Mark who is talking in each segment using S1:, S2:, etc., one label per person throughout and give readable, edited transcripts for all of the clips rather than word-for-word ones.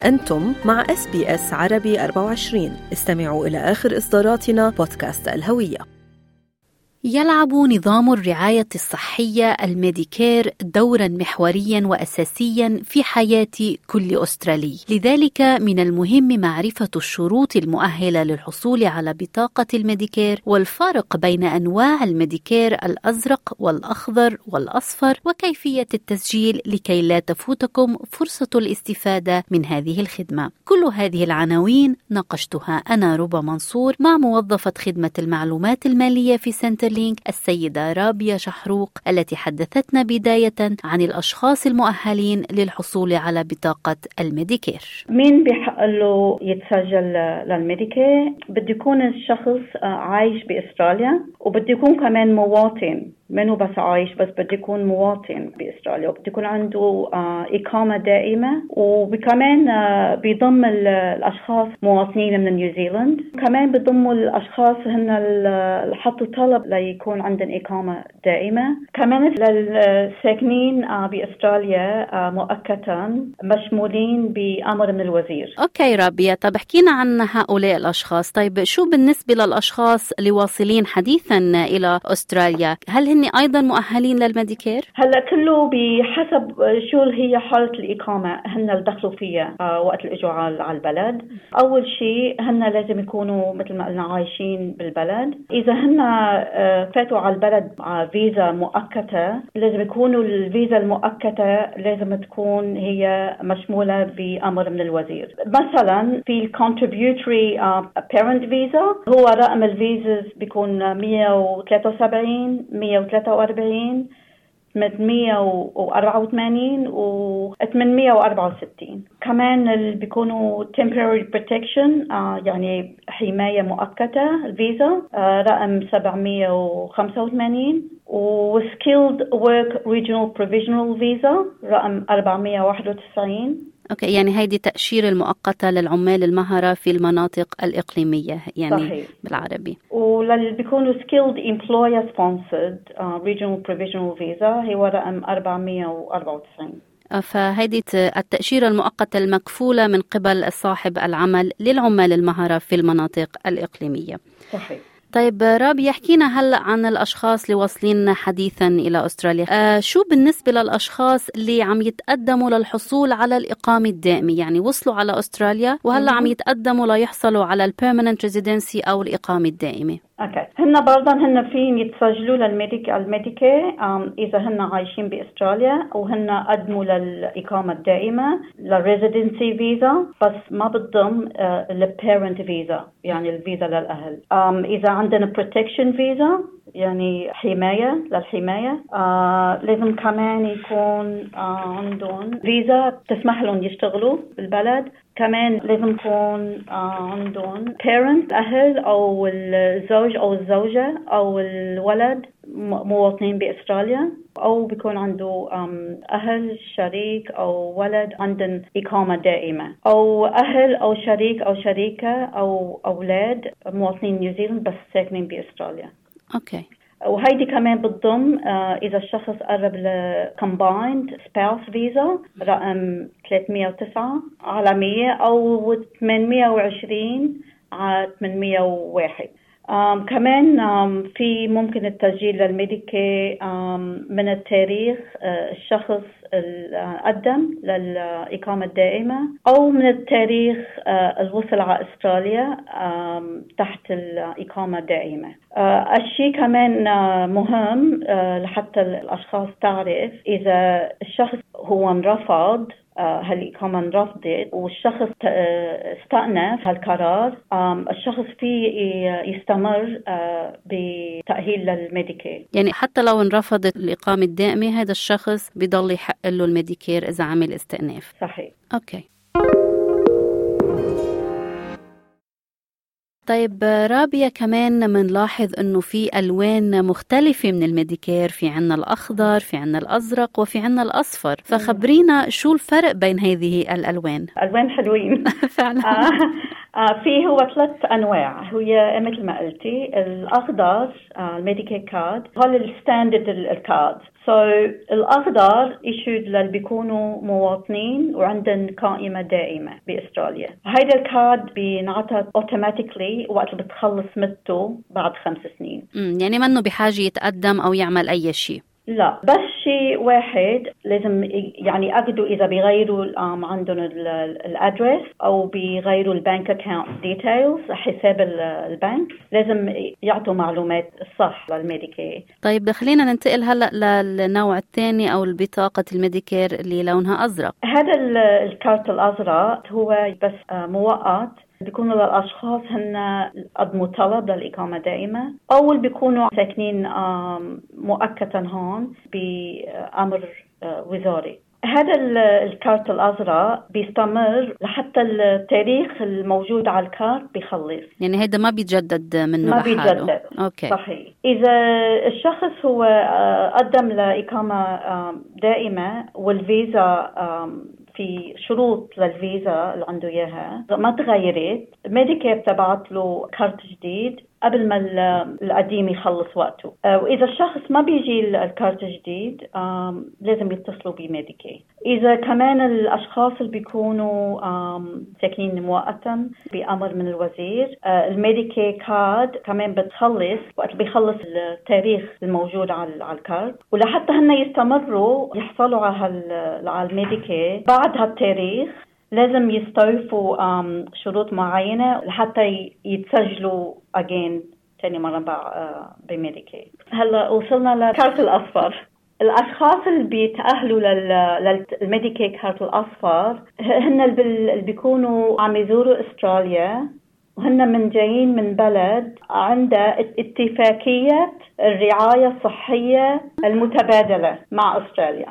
S1: أنتم مع SBS عربي 24. استمعوا إلى آخر إصداراتنا بودكاست الهوية.
S2: يلعب نظام الرعاية الصحية الميديكير دوراً محورياً وأساسياً في حياة كل أسترالي. لذلك من المهم معرفة الشروط المؤهلة للحصول على بطاقة الميديكير والفرق بين أنواع الميديكير الأزرق والأخضر والأصفر وكيفية التسجيل لكي لا تفوتكم فرصة الاستفادة من هذه الخدمة. كل هذه العناوين ناقشتها أنا ربى منصور مع موظفة خدمة المعلومات المالية في سنتر لينك السيدة رابية شحروق، التي حدثتنا بداية عن الأشخاص المؤهلين للحصول على بطاقة الميديكير.
S3: مين بيحق له يتسجل للميديكير؟ بده يكون الشخص عايش بأستراليا، وبده يكون كمان مواطن، منه بس عايش، بس بده يكون مواطن بأستراليا، وبده يكون عنده إقامة دائمة، وكمان بيضم الأشخاص مواطنين من نيوزيلند. كمان بيضموا الأشخاص هن اللي حطوا طلب ليكون عندهم إقامة دائمة. كمان للساكنين بأستراليا مؤقتا مشمولين بأمر من الوزير.
S2: أوكي رابية، طب احكينا عن هؤلاء الأشخاص. طيب شو بالنسبة للأشخاص اللي واصلين حديثا إلى أستراليا؟ هل هن أيضا مؤهلين للميديكير؟
S3: هلا كله بحسب شو هي حالة الإقامة هن اللي دخلوا فيها وقت الإجوا على البلد. أول شيء هن لازم يكونوا مثل ما قلنا عايشين بالبلد. إذا هن فاتوا على البلد فيزا مؤقتة، لازم يكونوا الفيزا المؤقتة لازم تكون هي مشمولة بأمر من الوزير. مثلا في contributory parent visa، هو رقم الفيزا بيكون 173 143 884 و 864. كمان اللي بيكونوا temporary protection يعني حماية مؤقتة الفيزا رقم 785 و skilled work regional provisional visa رقم 491.
S2: أوكي، يعني هيدي تأشيرة المؤقتة للعمال المهرة في المناطق الإقليمية يعني. صحيح. بالعربي.
S3: وللي بيكونوا skilled employer sponsored regional provisional visa هي رقم 494.
S2: فهيدي التأشيرة المؤقتة المكفولة من قبل صاحب العمل للعمال المهرة في المناطق الإقليمية.
S3: صحيح.
S2: طيب رابي، يحكينا هلأ عن الأشخاص اللي واصلين حديثا إلى أستراليا. شو بالنسبة للأشخاص اللي عم يتقدموا للحصول على الإقامة الدائمة، يعني وصلوا على أستراليا وهلأ عم يتقدموا ليحصلوا على البيرمننت ريزيدنسي أو الإقامة الدائمة؟
S3: اوكي، هن برضه فين يتسجلوا للميديكير اذا هن عايشين باستراليا وهن قدموا للاقامه الدائمه للريزيدنسي فيزا، بس ما بتضم البيرنت فيزا يعني الفيزا للاهل. اذا عندنا بروتكشن فيزا يعني حمايه للحمايه، لازم كمان يكون عندهم فيزا تسمح لهم يشتغلوا بالبلد. كمان لازم يكون عندهم parent أهل أو الزوج أو الزوجة أو الولد مواطنين بأستراليا، أو بيكون عنده أهل شريك أو ولد عندهم إقامة دائمة، أو أهل أو شريك أو شريكة أو أولاد مواطنين نيوزيلند بس ساكنين بأستراليا.
S2: أوكي.
S3: وهيدي كمان بتضم إذا الشخص قرب ل combined spouse visa رقم 309 على 100 أو 820 على 801. كمان في ممكن التسجيل للميديكي من التاريخ الشخص قدم للإقامة الدائمة، أو من التاريخ الوصل على أستراليا تحت الإقامة الدائمة. الشيء كمان مهم لحتى الأشخاص تعرف إذا الشخص هو انرفض هالإقامة انرفضت والشخص استأنف هالقرار، الشخص فيه يستمر بتأهيل للميديكير.
S2: يعني حتى لو انرفضت الإقامة الدائمة هذا الشخص بيضل يحق له الميديكير إذا عمل استئناف.
S3: صحيح.
S2: أوكي. طيب رابية، كمان منلاحظ أنه في ألوان مختلفة من الميديكير، في عنا الأخضر، في عنا الأزرق، وفي عنا الأصفر، فخبرينا شو الفرق بين هذه الألوان؟
S3: ألوان حلوين.
S2: فعلا.
S3: فيه هو 3 أنواع. هي مثل ما قلتي الأخضر الميديكير كارد هو الستاندرد الكارد. الأخضر issued للي بيكونوا مواطنين وعندن قائمة دائمة بأستراليا. هيدا الكارد بينعطى automatically وقت اللي بتخلص مدته بعد 5 سنين.
S2: يعني منه بحاجة يتقدم أو يعمل أي شيء؟
S3: لا، بس شيء واحد لازم يعني أقدروا إذا بيغيروا عندهم الأدرس أو بيغيروا البنك أكاونت ديتيلز حساب البنك، لازم يعطوا معلومات الصح للميديكير.
S2: طيب خلينا ننتقل هلأ للنوع الثاني أو البطاقة الميديكير اللي لونها أزرق.
S3: هذا الكارت الأزرق هو بس مؤقت، بيكونوا للأشخاص هن قدموا طلب للإقامة دائمة أو بيكونوا ساكنين مؤقتا هون بأمر وزاري. هذا الكارت الأزرق بيستمر لحتى التاريخ الموجود على الكارت بيخلص،
S2: يعني هيدا ما بيتجدد منه
S3: ما بيتجدد.
S2: أوكي.
S3: صحيح. إذا الشخص هو قدم لإقامة دائمة والفيزا في شروط للفيزا اللي عنده إياها ما تغيرت، ميديكير تبعت له كارت جديد قبل ما القديم يخلص وقته. وإذا الشخص ما بيجي الكارت الجديد لازم يتصلوا بميديكير. إذا كمان الأشخاص اللي بيكونوا ساكنين مؤقتا بأمر من الوزير، الميديكير كارد كمان بتخلص وقت بيخلص التاريخ الموجود على الكارد، ولحتى هن يستمروا يحصلوا على الميديكير بعد هالتاريخ لازم يستوفوا شروط معينة لحتى يتسجلوا again تاني مرة بميديكير. هلا وصلنا للكارت الأصفر. الأشخاص اللي بيتأهلوا للميديكير كارت الأصفر هن اللي بيكونوا عم يزوروا أستراليا وهن من جايين من بلد عنده اتفاقية الرعاية الصحية المتبادلة مع أستراليا.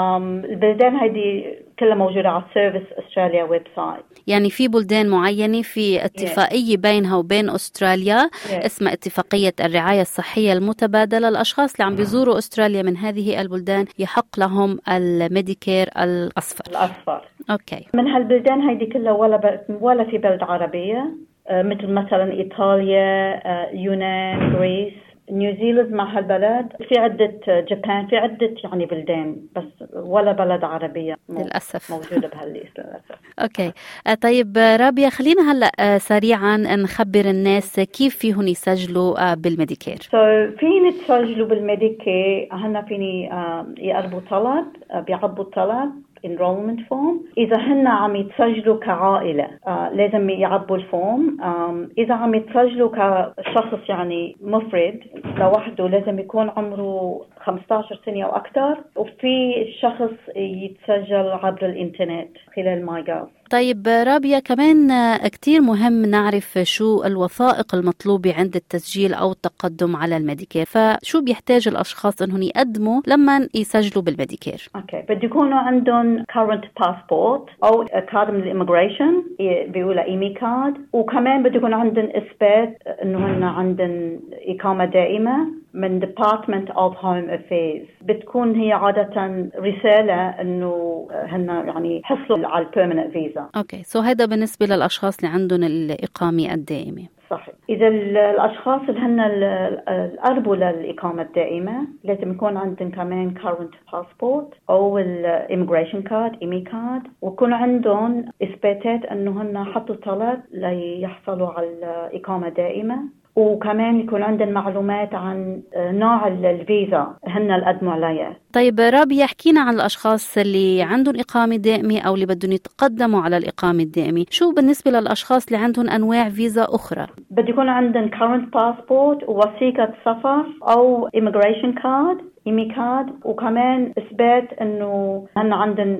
S3: البلدان هذه كلها موجودة على سيرفيس أستراليا ويب سايت.
S2: يعني في بلدان معينة في اتفاقية بينها وبين أستراليا اسمها اتفاقية الرعاية الصحية المتبادلة. الأشخاص اللي عم بيزوروا أستراليا من هذه البلدان يحق لهم الميديكير الأصفر. أوكي.
S3: من هالبلدان هذه كلها ولا في بلد عربية مثل مثلا إيطاليا، يونان، غريس، نيوزيلند مع هالبلد، في عدة جابان، في عدة يعني بلدان، بس ولا بلد عربية
S2: للأسف
S3: موجودة بهالليست للأسف.
S2: أوكي. طيب رابية، خلينا هلأ سريعا نخبر الناس كيف فيهم يسجلوا بالميديكير.
S3: فيني تسجلوا بالميديكير، هنا فيني يقربوا طلب، بيعبوا الطلب enrollment form. إذا هن عم يتسجلوا كعائلة لازم يعبوا الفورم. إذا عم يتسجلوا كشخص يعني مفرد لوحده لازم يكون عمره 15 سنة أو أكثر، وفي شخص يتسجل عبر الإنترنت خلال ماي جوف.
S2: طيب رابية، كمان كتير مهم نعرف شو الوثائق المطلوبة عند التسجيل أو التقدم على الميديكير، فشو بيحتاج الأشخاص أنهم يقدموا لما يسجلوا بالميديكير؟
S3: بده يكونوا عندهم current passport أو كارد من الإيميغريشن بيقولها إيمي كارد، وكمان بده يكون عندهم إثبات أنه هن عندهم إقامة دائمة من Department of Home Affairs. بتكون هي عادة رسالة أنه هن يعني حصلوا على permanent visa.
S2: أوكي. هيدا بالنسبة للأشخاص اللي عندهم الإقامة الدائمة.
S3: صحيح. إذا الأشخاص اللي هن القربوا للإقامة الدائمة لازم يكون عندهم كمان current passport أو immigration card إيمي كارد، ويكون عندهم إثباتات أنه هن حطوا طلب ليحصلوا على الإقامة دائمة، وكمان يكون عندنا معلومات عن نوع الفيزا هن القدموا عليها.
S2: طيب رابية، حكينا عن الأشخاص اللي عندهم إقامة دائمة أو اللي بدهم يتقدموا على الإقامة الدائمة. شو بالنسبة للأشخاص اللي عندهم أنواع فيزا أخرى؟
S3: بده يكون عندهم current passport ووثيقة سفر أو immigration card إيمي كارد، وكمان إثبات إنه هن عندهم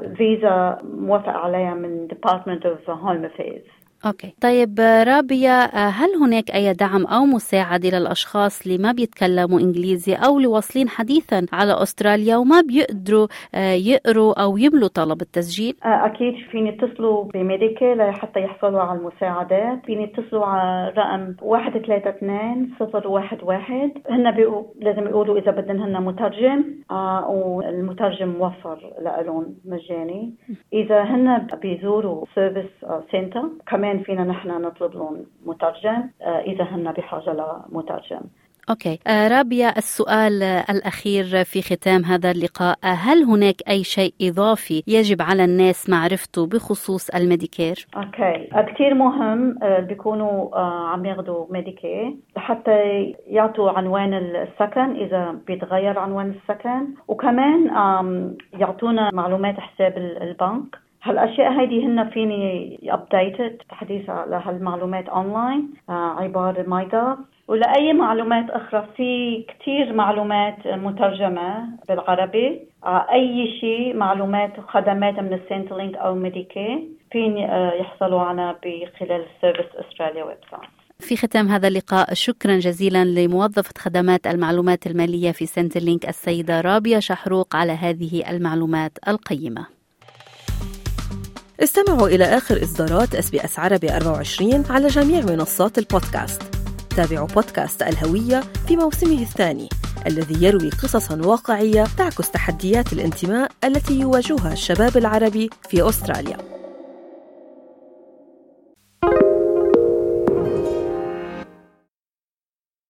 S3: فيزا موافق عليها من Department of Home Affairs.
S2: أوكي. طيب رابية، هل هناك أي دعم أو مساعدة للأشخاص اللي ما بيتكلموا إنجليزي أو اللي واصلين حديثا على أستراليا وما بيقدروا يقروا أو يملوا طلب التسجيل؟
S3: أكيد فيني يتصلوا بميديكير حتى يحصلوا على المساعدات. فيني يتصلوا على رقم 132-011. هن لازم يقولوا إذا بدن هن مترجم، والمترجم موفر لهم مجاني. إذا هن بيزوروا سيرفيس سنتر كمان وكمان فينا نحن نطلب لهم مترجم إذا هن بحاجة لمترجم.
S2: أوكي. رابية، السؤال الأخير في ختام هذا اللقاء، هل هناك أي شيء إضافي يجب على الناس معرفته بخصوص الميديكير؟
S3: أوكي، كتير مهم بيكونوا عم ياخدوا ميديكير لحتى يعطوا عنوان السكن إذا بيتغير عنوان السكن، وكمان يعطونا معلومات حساب البنك. هالأشياء هيدي هن فيني updated تحديث على هالمعلومات أونلاين عبارة مايجاف. ولأي معلومات أخرى في كتير معلومات مترجمة بالعربي، أي شيء معلومات وخدمات من السنترلينك أو ميديكي فين يحصلوا عنها بخلال سيرفيس أستراليا ويب سايت.
S2: في ختام هذا اللقاء شكرا جزيلا لموظفة خدمات المعلومات المالية في سنترلينك السيدة رابية شحروق على هذه المعلومات القيمة.
S1: استمعوا إلى آخر إصدارات SBS عربي 24 على جميع منصات البودكاست. تابعوا بودكاست الهوية في موسمه الثاني الذي يروي قصصاً واقعية تعكس تحديات الانتماء التي يواجهها الشباب العربي في أستراليا.